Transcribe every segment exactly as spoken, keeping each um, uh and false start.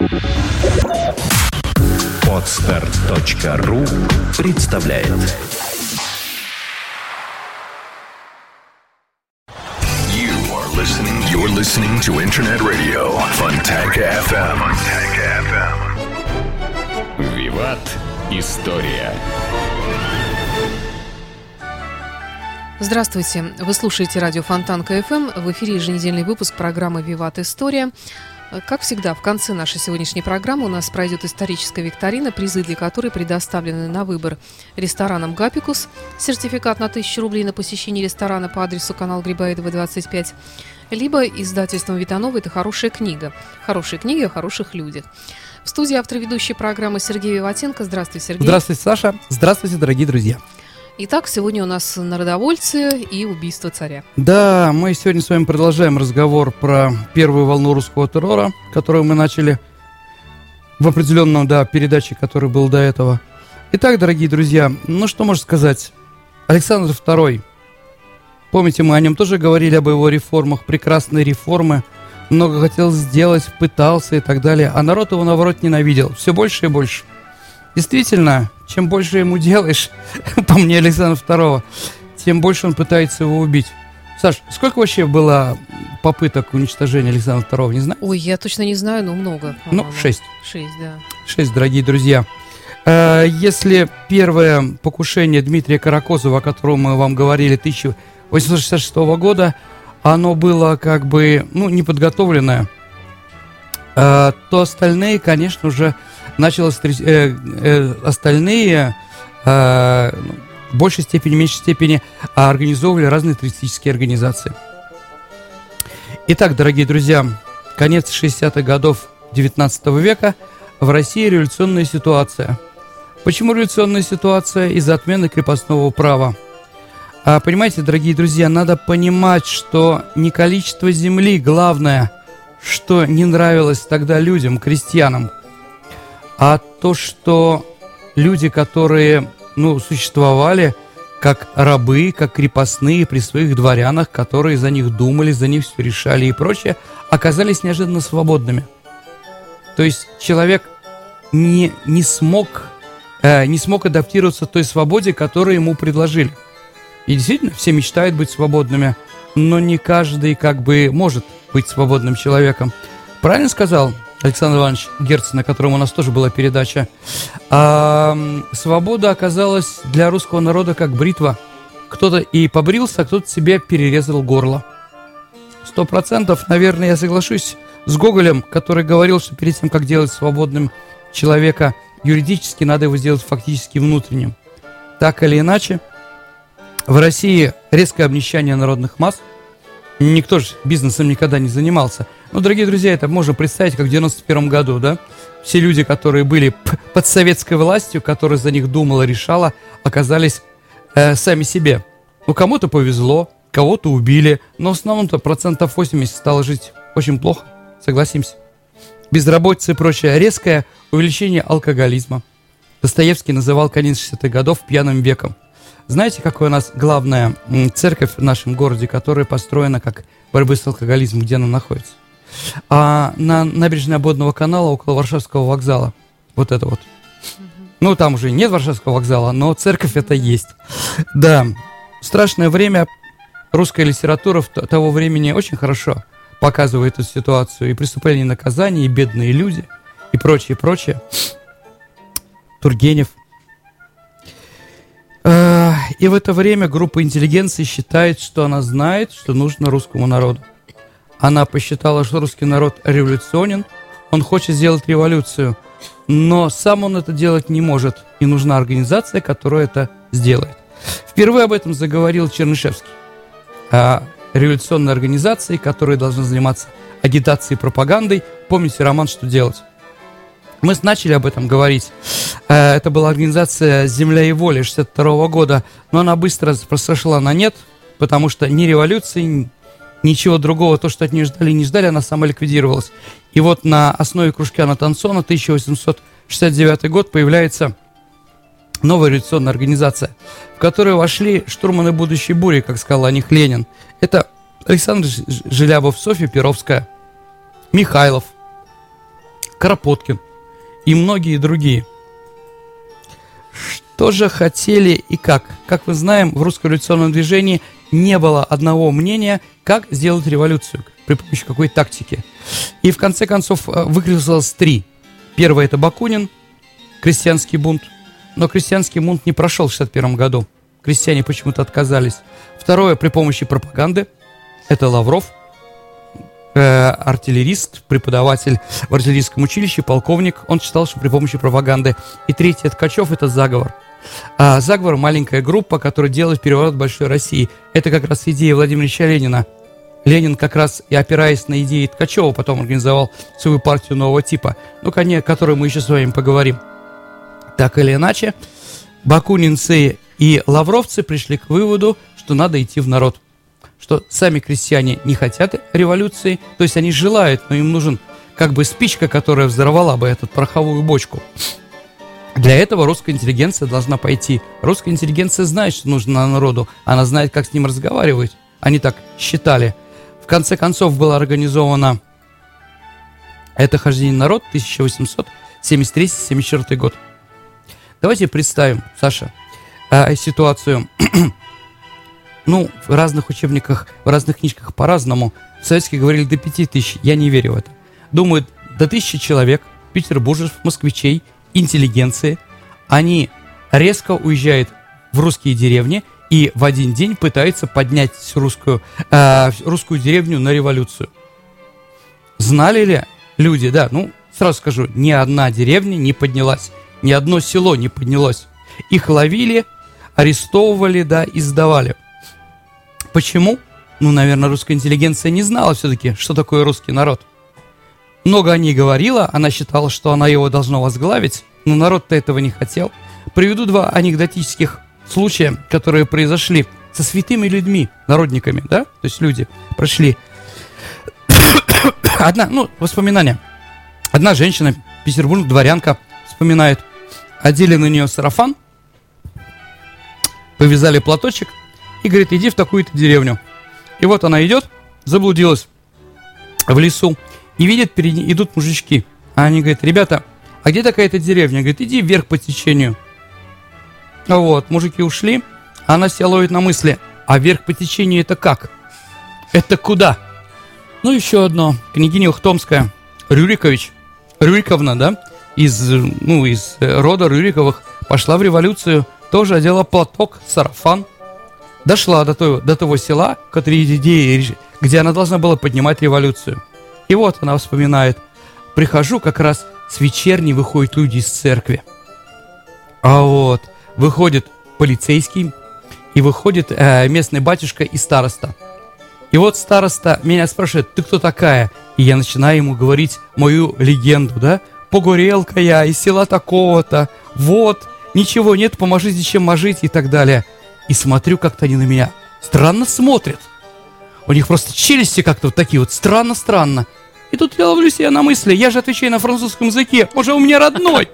Подстер точка ру представляет. You are listening. You're listening to Internet Radio Fontanka эф эм. Fontanka эф эм. Виват. История. Здравствуйте. Вы слушаете радио Фонтанка эф эм. В эфире еженедельный выпуск программы «Виват. История». Как всегда, в конце нашей сегодняшней программы у нас пройдет историческая викторина, призы для которой предоставлены на выбор рестораном «Гапикус», сертификат на тысячу рублей на посещение ресторана по адресу канал Грибоедова, двадцать пять, либо издательством «Витанова» «Это хорошая книга». Хорошие книги о хороших людях. В студии автор ведущей программы Сергей Виватенко. Здравствуй, Сергей. Здравствуйте, Саша. Здравствуйте, дорогие друзья. Итак, сегодня у нас народовольцы и убийство царя. Да, мы сегодня с вами продолжаем разговор про первую волну русского террора, которую мы начали в определенном, да, передаче, который был до этого. Итак, дорогие друзья, ну что можно сказать? Александр второй. Помните, мы о нем тоже говорили, об его реформах, прекрасные реформы. Много хотел сделать, пытался и так далее. А народ его, наоборот, ненавидел. Все больше и больше. Действительно, чем больше ему делаешь, по мне, Александра второго, тем больше он пытается его убить. Саш, сколько вообще было попыток уничтожения Александра второго, не знаешь? Ой, я точно не знаю, но много. Ну, шесть. Шесть, да. Шесть, дорогие друзья. Если первое покушение Дмитрия Каракозова, о котором мы вам говорили, тысяча восемьсот шестьдесят шестого года, оно было как бы, ну, неподготовленное, то остальные, конечно же, началось э, э, остальные э, в большей степени, в меньшей степени организовывали разные террористические организации. Итак, дорогие друзья, конец шестидесятых годов девятнадцатого века, в России революционная ситуация. Почему революционная ситуация? Из-за отмены крепостного права. А, понимаете, дорогие друзья, надо понимать, что не количество земли главное, что не нравилось тогда людям, крестьянам, а то, что люди, которые, ну, существовали как рабы, как крепостные при своих дворянах, которые за них думали, за них все решали и прочее, оказались неожиданно свободными. То есть человек не, не, смог, э, не смог адаптироваться к той свободе, которую ему предложили. И действительно, все мечтают быть свободными, но не каждый как бы может быть свободным человеком. Правильно сказал Александр Иванович Герцен, на котором у нас тоже была передача. А, свобода оказалась для русского народа как бритва. Кто-то и побрился, а кто-то себе перерезал горло. Сто процентов, наверное, я соглашусь с Гоголем, который говорил, что перед тем, как делать свободным человека юридически, надо его сделать фактически внутренним. Так или иначе, в России резкое обнищание народных масс. Никто же бизнесом никогда не занимался. Ну, дорогие друзья, это можно представить, как в девяносто первом году, да? Все люди, которые были п- под советской властью, которая за них думала, решала, оказались э, сами себе. Ну, кому-то повезло, кого-то убили, но в основном-то процентов восемьдесят стало жить очень плохо, согласимся. Безработица и прочее. Резкое увеличение алкоголизма. Достоевский называл конец шестидесятых годов пьяным веком. Знаете, какая у нас главная церковь в нашем городе, которая построена как борьбы с алкоголизмом, где она находится? А на набережной Обводного канала около Варшавского вокзала. Вот это вот. Ну, там уже нет Варшавского вокзала, но церковь это есть. Да, страшное время. Русская литература того времени очень хорошо показывает эту ситуацию. И преступления и наказания, и бедные люди, и прочее, прочее. Тургенев. И в это время группа интеллигенции считает, что она знает, что нужно русскому народу. Она посчитала, что русский народ революционен, он хочет сделать революцию, но сам он это делать не может, и нужна организация, которая это сделает. Впервые об этом заговорил Чернышевский, о революционной организации, которая должна заниматься агитацией и пропагандой. Помните роман «Что делать?». Мы начали об этом говорить. Это была организация «Земля и воля» шестьдесят второго года, но она быстро сошла на нет, потому что ни революции, ничего другого, то, что от нее ждали, не ждали, она сама ликвидировалась. И вот на основе Кружкяна Тансона тысяча восемьсот шестьдесят девятый год появляется новая революционная организация, в которую вошли штурманы будущей бури, как сказал о них Ленин. Это Александр Желябов, Софья Перовская, Михайлов, Кропоткин и многие другие. Что же хотели и как? Как мы знаем, в русском революционном движении не было одного мнения, как сделать революцию, при помощи какой тактики. И в конце концов выкрутилось три. Первое — это Бакунин, крестьянский бунт. Но крестьянский бунт не прошел в шестьдесят первом году. Крестьяне почему-то отказались. Второе — при помощи пропаганды. Это Лавров, э, артиллерист, преподаватель в артиллерийском училище, полковник. Он считал, что при помощи пропаганды. И третье — Ткачев — это заговор. А заговор — маленькая группа, которая делает переворот в большой России. Это как раз идея Владимира Ильича Ленина. Ленин как раз и опираясь на идеи Ткачева потом организовал свою партию нового типа, ну, о которой мы еще с вами поговорим. Так или иначе, бакунинцы и лавровцы пришли к выводу, что надо идти в народ. Что сами крестьяне не хотят революции, то есть они желают, но им нужен как бы спичка, которая взорвала бы эту пороховую бочку. Для этого русская интеллигенция должна пойти. Русская интеллигенция знает, что нужно народу, она знает, как с ним разговаривать. Они так считали. В конце концов было организовано это хождение народ тысяча восемьсот семьдесят третий — семьдесят четвёртый год. Давайте представим, Саша, ситуацию. Ну, в разных учебниках, в разных книжках по-разному. В советских говорили до пяти тысяч. Я не верю в это. Думаю, до тысячи человек, петербуржцев, москвичей, интеллигенции, они резко уезжают в русские деревни и в один день пытаются поднять русскую, э, русскую деревню на революцию. Знали ли люди? Да, ну, сразу скажу, ни одна деревня не поднялась, ни одно село не поднялось. Их ловили, арестовывали, да, и сдавали. Почему? Ну, наверное, русская интеллигенция не знала все-таки, что такое русский народ. Много о ней говорила, она считала, что она его должна возглавить, но народ-то этого не хотел. Приведу два анекдотических случая, которые произошли со святыми людьми, народниками, да, то есть люди прошли. Одна, ну, воспоминания. Одна женщина, Петербург, дворянка, вспоминает, одели на нее сарафан, повязали платочек и говорит, иди в такую-то деревню. И вот она идет, заблудилась в лесу, и видит, перед ней идут мужички. А они говорят, ребята, а где такая-то деревня? Говорит, иди вверх по течению. Вот, мужики ушли, а она себя ловит на мысли, а вверх по течению это как? Это куда? Ну, еще одно, княгиня Ухтомская, Рюрикович, Рюриковна, да, из, ну, из рода Рюриковых, пошла в революцию, тоже одела платок, сарафан, дошла до того, до того села, где она должна была поднимать революцию. И вот она вспоминает, прихожу, как раз с вечерней выходят люди из церкви. А вот выходит полицейский, и выходит э, местный батюшка и староста. И вот староста меня спрашивает, ты кто такая? И я начинаю ему говорить мою легенду, да? Погорелка я, из села такого-то, вот, ничего нет, поможите, чем можите и так далее. И смотрю, как-то они на меня странно смотрят. У них просто челюсти как-то вот такие вот, странно-странно. И тут я ловлю себя на мысли, я же отвечаю на французском языке, он же у меня родной.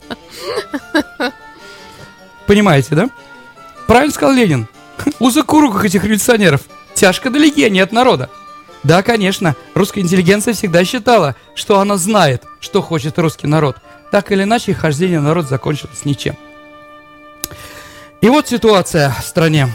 Понимаете, да? Правильно сказал Ленин. Узок у руках этих революционеров. Тяжко далеки они от народа. Да, конечно, русская интеллигенция всегда считала, что она знает, что хочет русский народ. Так или иначе, хождение в народ закончилось ничем. И вот ситуация в стране.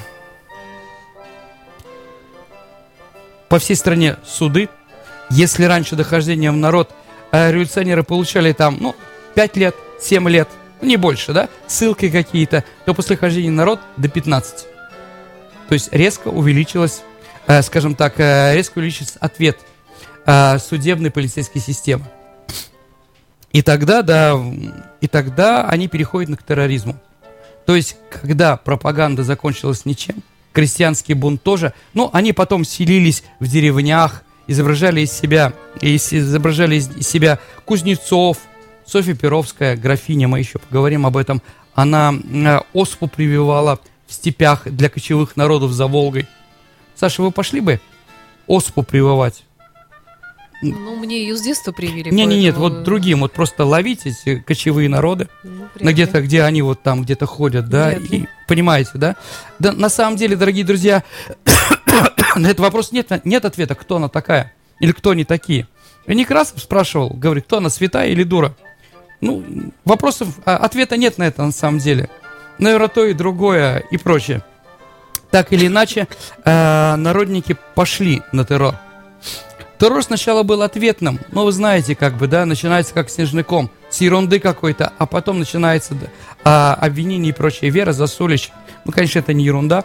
По всей стране суды. Если раньше до хождения в народ э, революционеры получали там, ну, пять лет, семь лет, не больше, да, ссылки какие-то, то после хождения в народ до пятнадцати. То есть резко увеличилась, э, скажем так, э, резко увеличился ответ э, судебной полицейской системы. И тогда, да, и тогда они переходят к терроризму. То есть, когда пропаганда закончилась ничем, крестьянский бунт тоже, ну, они потом селились в деревнях, изображали из себя, изображали из себя кузнецов. Софья Перовская, графиня, мы еще поговорим об этом, она э, оспу прививала в степях для кочевых народов за Волгой. Саша, вы пошли бы оспу прививать? Ну, мне ее с детства привили. Не, не, нет, поэтому... вот другим, вот просто ловить эти кочевые народы, ну, на где-то, где они вот там где-то ходят, да, вряд и ли. Понимаете, да? Да, на самом деле, дорогие друзья, на этот вопрос нет, нет ответа, кто она такая или кто они такие. И Некрасов спрашивал, говорит, кто она, святая или дура? Ну, вопросов, ответа нет на это на самом деле. Наверное, то и другое и прочее. Так или иначе, э, народники пошли на террор. Террор сначала был ответным, но вы знаете, как бы, да, начинается как снежный ком, с ерунды какой-то, а потом начинается да, обвинение и прочее. Вера Засулич, ну, конечно, это не ерунда.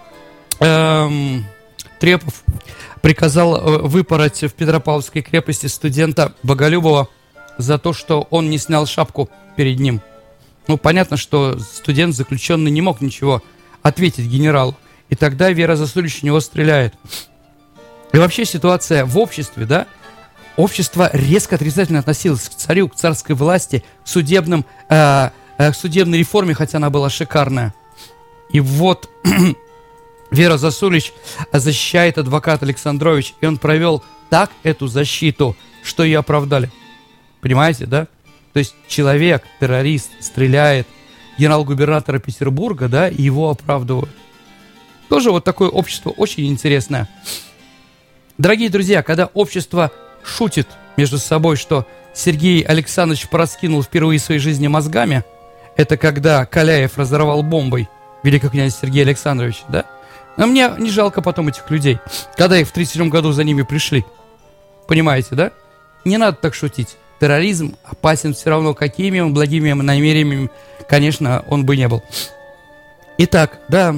Эм, Трепов приказал выпороть в Петропавловской крепости студента Боголюбова за то, что он не снял шапку перед ним. Ну, понятно, что студент заключенный не мог ничего ответить генералу. И тогда Вера Засулич в него стреляет. И вообще ситуация в обществе, да, общество резко отрицательно относилось к царю, к царской власти, к судебным, э, э, к судебной реформе, хотя она была шикарная. И вот Вера Засулич защищает адвокат Александрович, и он провел так эту защиту, что ее оправдали. Понимаете, да? То есть человек, террорист, стреляет генерал-губернатора Петербурга, да, и его оправдывают. Тоже вот такое общество очень интересное. Дорогие друзья, когда общество шутит между собой, что Сергей Александрович пораскинул впервые в своей жизни мозгами, это когда Каляев разорвал бомбой великий князь Сергей Александрович, да? Но мне не жалко потом этих людей, когда их в тридцать седьмом году за ними пришли. Понимаете, да? Не надо так шутить. Терроризм опасен все равно, какими он благими намерениями, конечно, он бы не был. Итак, да,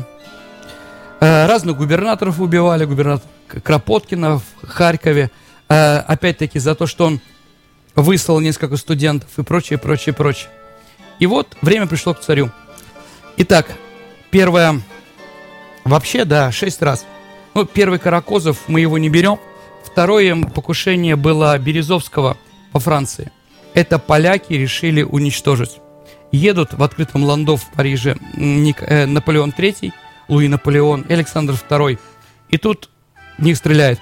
разных губернаторов убивали, губернатор Кропоткина в Харькове, опять-таки за то, что он выслал несколько студентов и прочее, прочее, прочее. И вот время пришло к царю. Итак, первое, вообще, да, шесть раз. Ну, первый Каракозов, мы его не берем. Второе покушение было Березовского по Франции. Это поляки решили уничтожить. Едут в открытом ландо в Париже Ник, э, Наполеон третий, Луи Наполеон и Александр второй. И тут в них стреляет.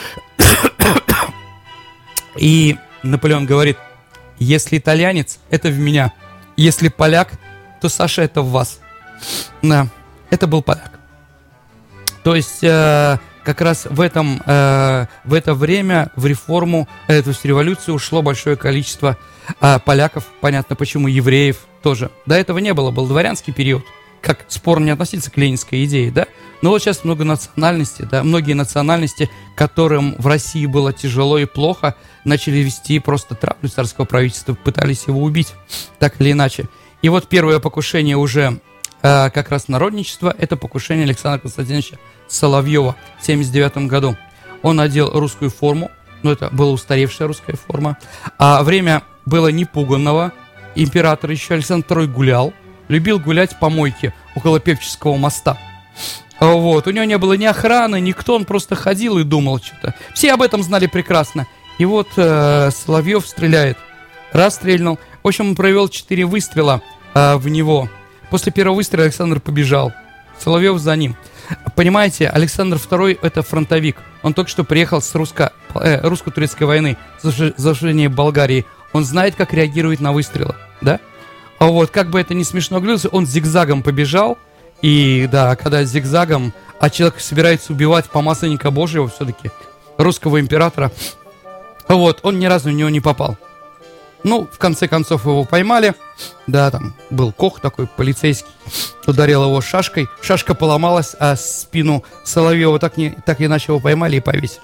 И Наполеон говорит, если итальянец, это в меня. Если поляк, то Саша, это в вас. Да, это был поляк. То есть, э, как раз в, этом, э, в это время в реформу, э, то есть в революцию ушло большое количество э, поляков. Понятно, почему, евреев тоже. До этого не было, был дворянский период. Как спорно не относиться к ленинской идее, да? Но вот сейчас много национальностей, да, многие национальности, которым в России было тяжело и плохо, начали вести просто травлю царского правительства, пытались его убить, так или иначе. И вот первое покушение уже э, как раз народничество, это покушение Александра Константиновича Соловьева в семьдесят девятом году. Он надел русскую форму, но это была устаревшая русская форма, а время было непуганного, император еще Александр второй гулял, любил гулять по мойке около Певческого моста. Вот. У него не было ни охраны, никто, он просто ходил и думал что-то. Все об этом знали прекрасно. И вот э, Соловьев стреляет. Раз стрельнул. В общем, он провел четыре выстрела э, в него. После первого выстрела Александр побежал. Соловьев за ним. Понимаете, Александр второй это фронтовик. Он только что приехал с русско, э, русско-турецкой войны, завершения Болгарии. Он знает, как реагирует на выстрелы, да? А вот, как бы это ни смешно гляделось, он зигзагом побежал. И да, когда зигзагом, а человек собирается убивать помазанника Божьего, все-таки русского императора, вот, он ни разу в него не попал. Ну, в конце концов его поймали. Да, там был Кох такой полицейский, ударил его шашкой. Шашка поломалась, а спину Соловьева так, не, так иначе его поймали и повесили.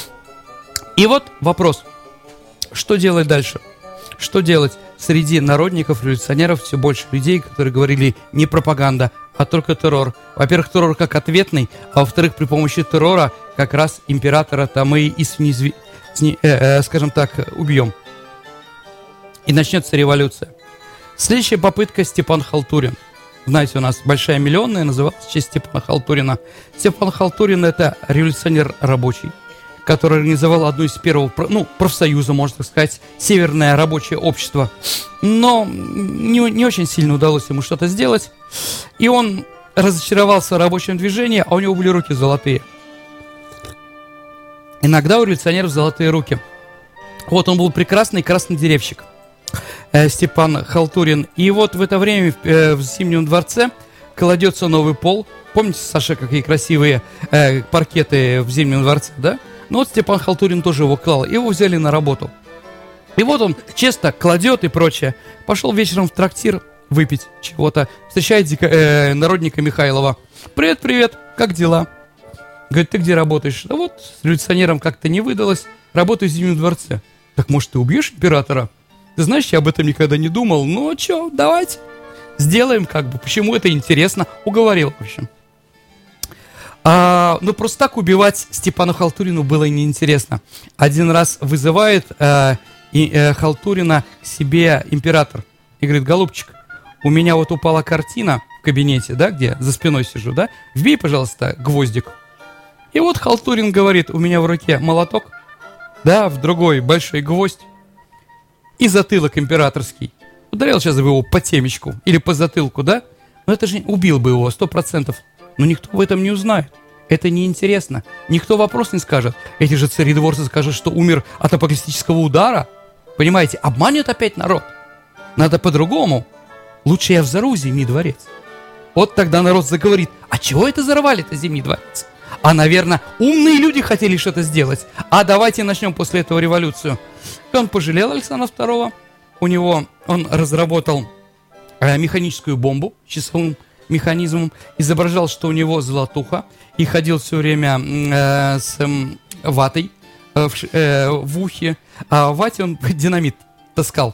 И вот вопрос, что делать дальше? Что делать? Среди народников, революционеров все больше людей, которые говорили не пропаганда, а только террор. Во-первых, террор как ответный, а во-вторых, при помощи террора как раз императора-то мы и, снизви, сни, э, э, скажем так, убьем. И начнется революция. Следующая попытка — Степан Халтурин. Знаете, у нас большая миллионная, называлась в честь Степана Халтурина. Степан Халтурин — это революционер рабочий, который организовал одну из первых, ну, профсоюза, можно так сказать, Северное рабочее общество. Но не, не очень сильно удалось ему что-то сделать. И он разочаровался в рабочем движении, а у него были руки золотые. Иногда у революционеров золотые руки. Вот он был прекрасный краснодеревщик, э, Степан Халтурин. И вот в это время э, в Зимнем дворце кладется новый пол. Помните, Саша, какие красивые э, паркеты в Зимнем дворце, да? Ну вот Степан Халтурин тоже его клал. Его взяли на работу. И вот он честно кладет и прочее. Пошел вечером в трактир выпить чего-то. Встречает дика, э, народника Михайлова. Привет, привет, как дела? Говорит, ты где работаешь? Да вот, с революционером как-то не выдалось. Работаю в Зимнем дворце. Так может ты убьешь императора? Ты знаешь, я об этом никогда не думал. Ну что, давайте. Сделаем как бы. Почему это интересно? Уговорил, в общем. А, ну просто так убивать Степану Халтурину было неинтересно. Один раз вызывает э, и, э, Халтурина к себе император. И говорит, голубчик, у меня вот упала картина в кабинете, да, где за спиной сижу, да? Вбей, пожалуйста, гвоздик. И вот Халтурин говорит, у меня в руке молоток, да, в другой большой гвоздь и затылок императорский. Ударил сейчас бы его по темечку или по затылку, да? Но это же убил бы его, сто процентов. Но никто в этом не узнает. Это неинтересно. Никто вопрос не скажет. Эти же царедворцы скажут, что умер от апокалиптического удара. Понимаете, обманет опять народ. Надо по-другому. Лучше я взорву Зимний дворец. Вот тогда народ заговорит, а чего это взорвали-то Зимний дворец? А, наверное, умные люди хотели что-то сделать. А давайте начнем после этого революцию. И он пожалел Александра второго. У него он разработал э, механическую бомбу с часовым механизмом. Изображал, что у него золотуха. И ходил все время э, с э, ватой э, в, э, в ухе. А в вате он динамит таскал.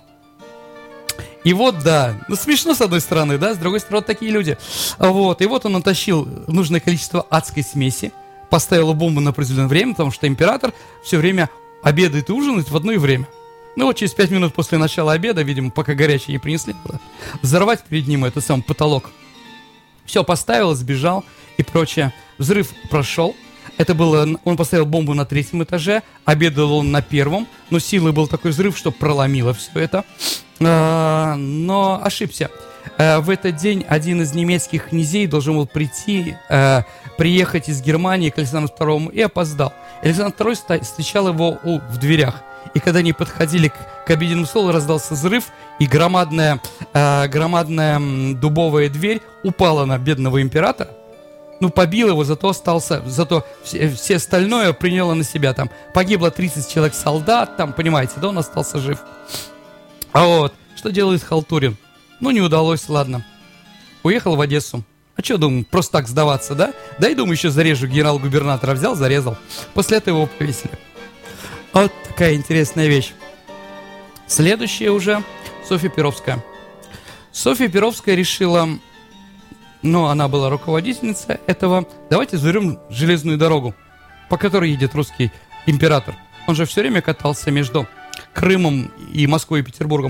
И вот, да, ну смешно с одной стороны, да, с другой стороны, такие люди. Вот, и вот он натащил нужное количество адской смеси, поставил бомбу на определенное время, потому что император все время обедает и ужинает в одно и время. Ну вот через пять минут после начала обеда, видимо, пока горячее не принесли, взорвать перед ним этот сам потолок. Все, поставил, сбежал и прочее. Взрыв прошел. Это было, он поставил бомбу на третьем этаже, обедал он на первом, но силой был такой взрыв, что проломило все это. А, но ошибся. А, в этот день один из немецких князей должен был прийти, а, приехать из Германии к Александру второму и опоздал. Александр второй встречал его у, в дверях. И когда они подходили к, к обеденному столу, раздался взрыв, и громадная, а, громадная дубовая дверь упала на бедного императора. Ну, побил его, зато остался, зато все, все остальное приняло на себя. Там погибло тридцать человек солдат, там, понимаете, да, он остался жив. А вот, что делает Халтурин? Ну, не удалось, ладно. Уехал в Одессу. А что, думаю, просто так сдаваться, да? Да и, думаю, еще зарежу генерал-губернатора. Взял, зарезал. После этого его повесили. Вот такая интересная вещь. Следующая уже Софья Перовская. Софья Перовская решила... Но она была руководительница этого. Давайте взорвем железную дорогу, по которой едет русский император. Он же все время катался между Крымом и Москвой и Петербургом.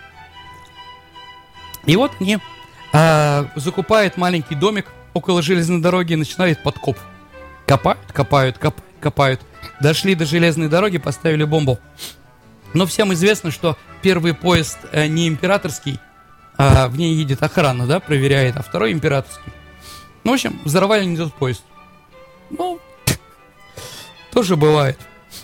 И вот они а, закупают маленький домик около железной дороги и начинают подкоп. Копают, копают, копают, копают. Дошли до железной дороги, поставили бомбу. Но всем известно, что первый поезд а, не императорский, а в ней едет охрана, да, проверяет, а второй императорский. Ну, в общем, взорвали не тот поезд. Ну, тоже бывает.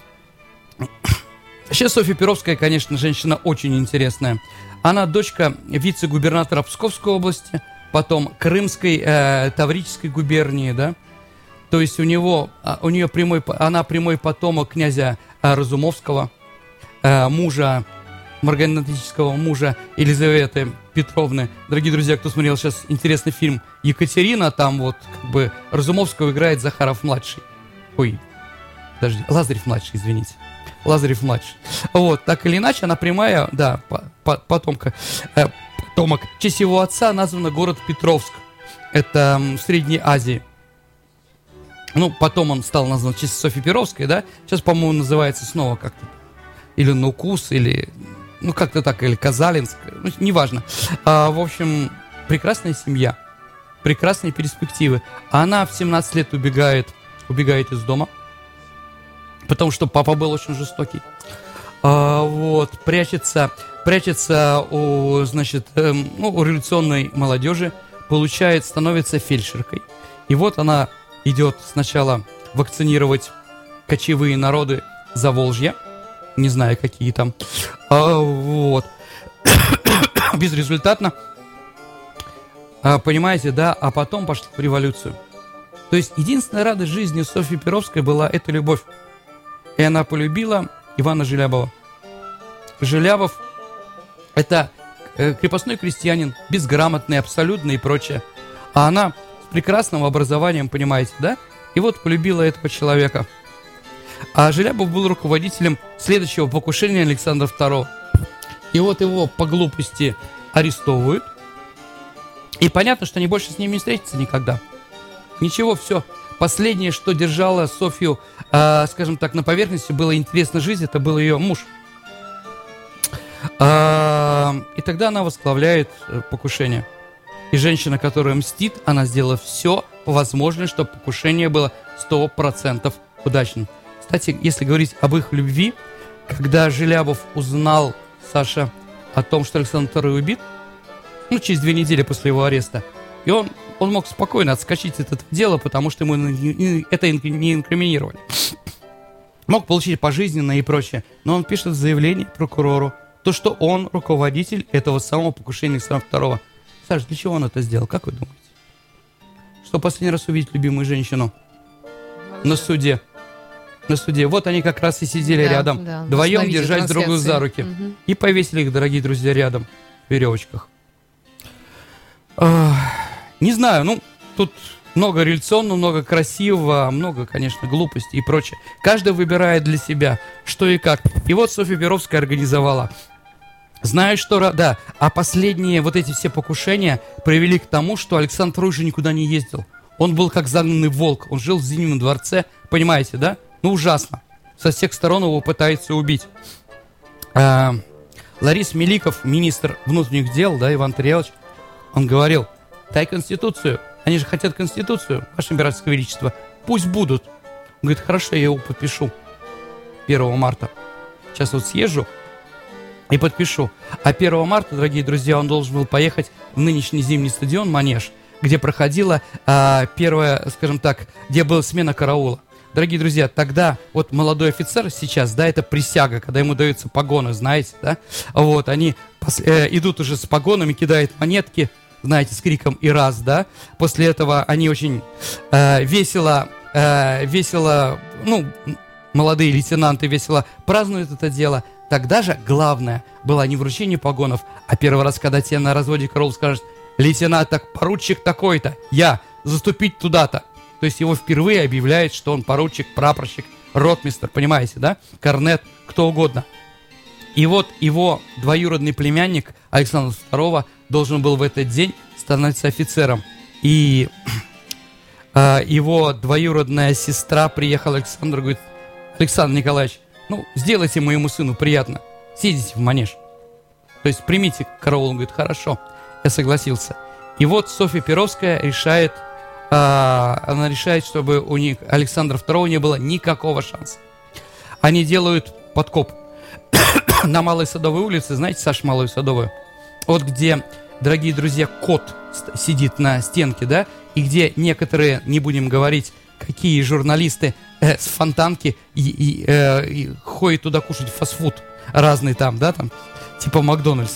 Сейчас Софья Перовская, конечно, женщина очень интересная. Она дочка вице-губернатора Псковской области, потом Крымской, э, Таврической губернии, да. То есть у него, у нее прямой, она прямой потомок князя э, Разумовского, э, мужа, марганатического мужа Елизаветы Петровны. Дорогие друзья, кто смотрел сейчас интересный фильм «Екатерина», там вот как бы Разумовского играет Захаров-младший. Ой, подожди, Лазарев-младший, извините. Лазарев-младший. Вот, так или иначе, она прямая, да, по, по, потомка, э, потомок. В честь его отца назван город Петровск. Это м, в Средней Азии. Ну, потом он стал назван в честь Софьи Перовской, да? Сейчас, по-моему, называется снова как-то. Или Нукус, или... Ну, как-то так, или Казалинск, ну, неважно. А, в общем, прекрасная семья, прекрасные перспективы. А она в семнадцать лет убегает, убегает из дома, потому что папа был очень жестокий. А, вот, прячется, прячется у, значит, эм, ну, у революционной молодежи, получает, становится фельдшеркой. И вот она идет сначала вакцинировать кочевые народы Заволжья, не знаю, какие там. А, вот. Безрезультатно. А, понимаете, да? А потом пошла в революцию. То есть единственная радость жизни Софьи Перовской была эта любовь. и она полюбила Ивана Желябова. Желябов – это крепостной крестьянин, безграмотный, абсолютно и прочее. А она с прекрасным образованием, понимаете, да? И вот полюбила этого человека. А Желябов был руководителем следующего покушения Александра второго. И вот его по глупости арестовывают. И понятно, что они больше с ним не встретятся никогда. Ничего, все. Последнее, что держало Софью, э, скажем так, на поверхности, было интересно жизнь, это был ее муж. Э, и тогда она возглавляет покушение. И женщина, которая мстит, она сделала все возможное, чтобы покушение было сто процентов удачным. Кстати, если говорить об их любви, когда Желябов узнал, Саша, о том, что Александр второй убит, ну, через две недели после его ареста, и он, он мог спокойно отскочить от этого дела, потому что ему это не инкриминировали. Мог получить пожизненное и прочее. Но он пишет заявление прокурору, то, что он руководитель этого самого покушения Александра второго. Саша, для чего он это сделал? Как вы думаете? Что последний раз увидеть любимую женщину на суде? На суде. Вот они как раз и сидели да, рядом, да, вдвоем держать друг друга за руки. Угу. И повесили их, дорогие друзья, рядом в веревочках. Ах, не знаю, ну, тут много реляционного, много красивого, много, конечно, глупости и прочее. Каждый выбирает для себя, что и как. И вот Софья Перовская организовала. Знаешь, что... Да, а последние вот эти все покушения привели к тому, что Александр второй уже никуда не ездил. Он был как загнанный волк. Он жил в Зимнем дворце, понимаете, да? Ну, ужасно. Со всех сторон его пытаются убить. А, Ларис Меликов, министр внутренних дел, да, Иван Тарьялович, он говорил: дай Конституцию. Они же хотят Конституцию, Ваше Императорское Величество. Пусть будут. Он говорит: хорошо, я его подпишу первого марта. Сейчас вот съезжу и подпишу. А первого марта, дорогие друзья, он должен был поехать в нынешний зимний стадион «Манеж», где проходила а, первая, скажем так, где была смена караула. Дорогие друзья, тогда вот молодой офицер сейчас, да, это присяга, когда ему даются погоны, знаете, да, вот, они пос- э, идут уже с погонами, кидают монетки, знаете, с криком «и раз», да, после этого они очень э, весело, э, весело, ну, молодые лейтенанты весело празднуют это дело. Тогда же главное было не вручение погонов, а первый раз, когда тебе на разводе караул скажут: лейтенант, так, поручик такой-то, я, заступить туда-то. То есть его впервые объявляют, что он поручик, прапорщик, ротмистр, понимаете, да? Корнет, кто угодно. И вот его двоюродный племянник Александра второго должен был в этот день становиться офицером. И э, его двоюродная сестра приехала к Александру и говорит: Александр Николаевич, ну, сделайте моему сыну приятно, съездите в Манеж. То есть примите караул. Он говорит: хорошо, я согласился. И вот Софья Перовская решает, она решает, чтобы у них Александра второго не было никакого шанса. Они делают подкоп на Малой Садовой улице. Знаете, Саша, Малую Садовую? Вот где, дорогие друзья, кот сидит на стенке, да? И где некоторые, не будем говорить, какие журналисты э, с Фонтанки и, и, э, и ходят туда кушать фастфуд разный там, да, там, типа Макдональдс.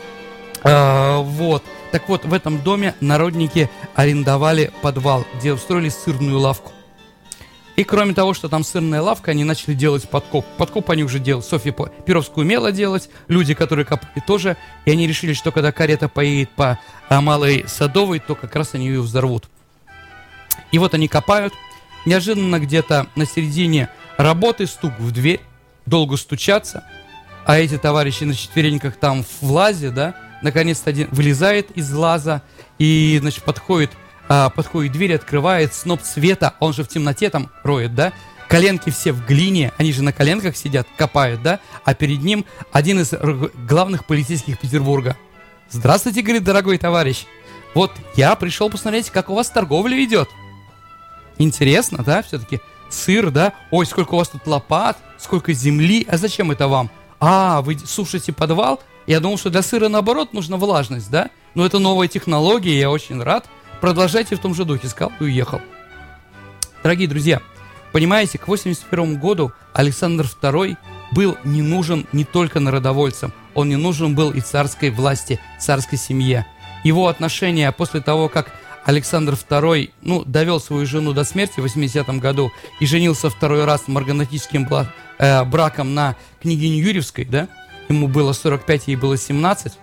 А, вот. Так вот, в этом доме народники арендовали подвал, где устроили сырную лавку. И кроме того, что там сырная лавка, они начали делать подкоп. Подкоп они уже делали. Софья Перовская умела делать, люди, которые копали, тоже. И они решили, что когда карета поедет по Малой Садовой, то как раз они ее взорвут. И вот они копают. Неожиданно где-то на середине работы стук в дверь. Долго стучаться. А эти товарищи на четвереньках там в лазе, да, наконец-то один вылезает из лаза и, значит, подходит, а, подходит к двери, открывает сноп света, он же в темноте там роет, да, коленки все в глине, они же на коленках сидят, копают, да, а перед ним один из главных полицейских Петербурга. Здравствуйте, говорит, дорогой товарищ, вот я пришел посмотреть, как у вас торговля идет. Интересно, да, все-таки сыр, да, ой, сколько у вас тут лопат, сколько земли, а зачем это вам? А, вы сушите подвал? Я думал, что для сыра, наоборот, нужна влажность, да? Но это новая технология, я очень рад. Продолжайте в том же духе, сказал и уехал. Дорогие друзья, понимаете, к восемьдесят первому году Александр второй был не нужен не только народовольцам, он не нужен был и царской власти, царской семье. Его отношения после того, как Александр второй, ну, довел свою жену до смерти в восьмидесятом году и женился второй раз марганатическим э, браком на княгиню Юрьевской, да, ему было сорок пять, ей было семнадцать.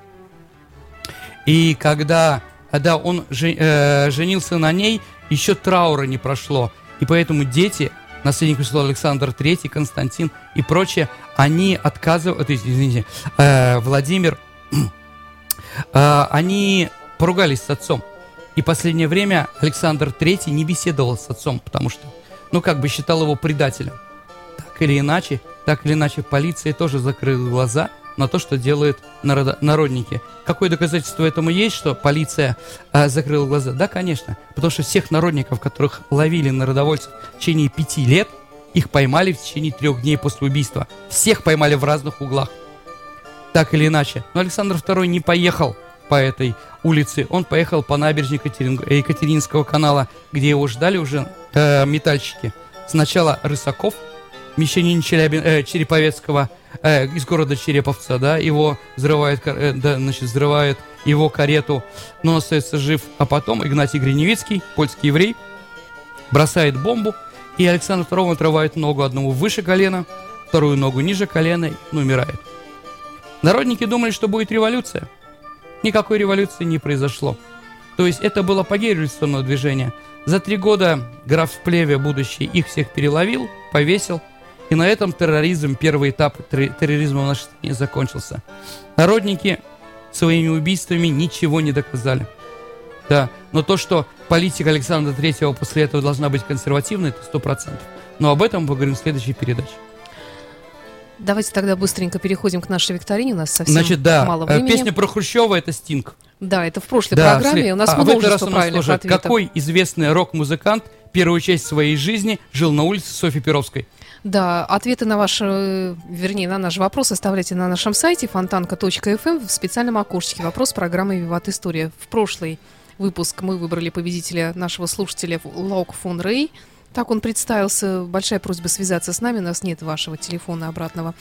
И когда, когда он жен, э, женился на ней, еще траура не прошло. И поэтому дети, наследник престола Александр третий, Константин и прочее, они отказывают, извините, э, Владимир, э, они поругались с отцом. И последнее время Александр третий не беседовал с отцом, потому что, ну, как бы считал его предателем. Так или иначе, так или иначе, полиция тоже закрыла глаза на то, что делают народо- народники. Какое доказательство этому есть, что полиция а, закрыла глаза? Да, конечно, потому что всех народников, которых ловили народовольцев в течение пяти лет, их поймали в течение трех дней после убийства. Всех поймали в разных углах. Так или иначе. Но Александр второй не поехал по этой улице, он поехал по набережной Екатерин... Екатерининского канала, где его ждали уже э, метальщики. Сначала Рысаков, мещанин Челябин... э, Череповецкого, э, из города Череповца, да, его взрывает, э, да, значит, взрывает его карету, но он остается жив. А потом Игнатий Гриневицкий, польский еврей, бросает бомбу, и Александр второй отрывает ногу одному выше колена, вторую ногу ниже колена, и он умирает. Народники думали, что будет революция. Никакой революции не произошло. То есть это было апогей революционного движения. За три года граф Плеве, будущий, их всех переловил, повесил. И на этом терроризм, первый этап терроризма в нашей стране закончился. Народники своими убийствами ничего не доказали. Да, но то, что политика Александра третьего после этого должна быть консервативной, это сто процентов. Но об этом мы поговорим в следующей передаче. Давайте тогда быстренько переходим к нашей викторине. У нас совсем Значит, да, мало времени. Песня про Хрущева — это Стинг. Да, это в прошлой Да, программе. след... У нас а, множество правильных тоже. ответов. Какой известный рок-музыкант первую часть своей жизни жил на улице Софьи Перовской? Да, ответы на ваши, вернее, на наш вопрос оставляйте на нашем сайте фонтанка точка эф эм в специальном окошечке. Вопрос программы «Виват История». В прошлый выпуск мы выбрали победителя нашего слушателя Лок фон Рей. Так он представился. Большая просьба связаться с нами. У нас нет вашего телефона обратного.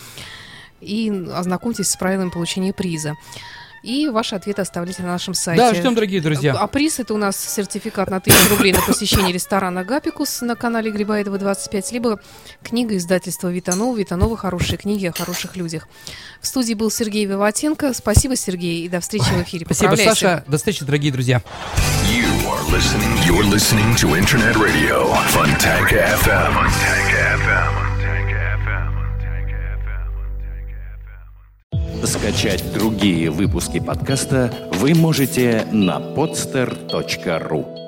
И ознакомьтесь с правилами получения приза. И ваши ответы оставляйте на нашем сайте. Да, ждем, дорогие друзья. А приз — это у нас сертификат на тысячу рублей на посещение ресторана «Гапикус» на канале Грибоедова двадцать пять, либо книга издательства «Витанова». «Витанова» — хорошие книги о хороших людях. В студии был Сергей Виватенко. Спасибо, Сергей, и до встречи в эфире. Спасибо, Саша. До встречи, дорогие друзья. You are listening, you're listening to Internet Radio, Fontanka эф эм. Fontanka эф эм. Скачать другие выпуски подкаста вы можете на podster точка ру.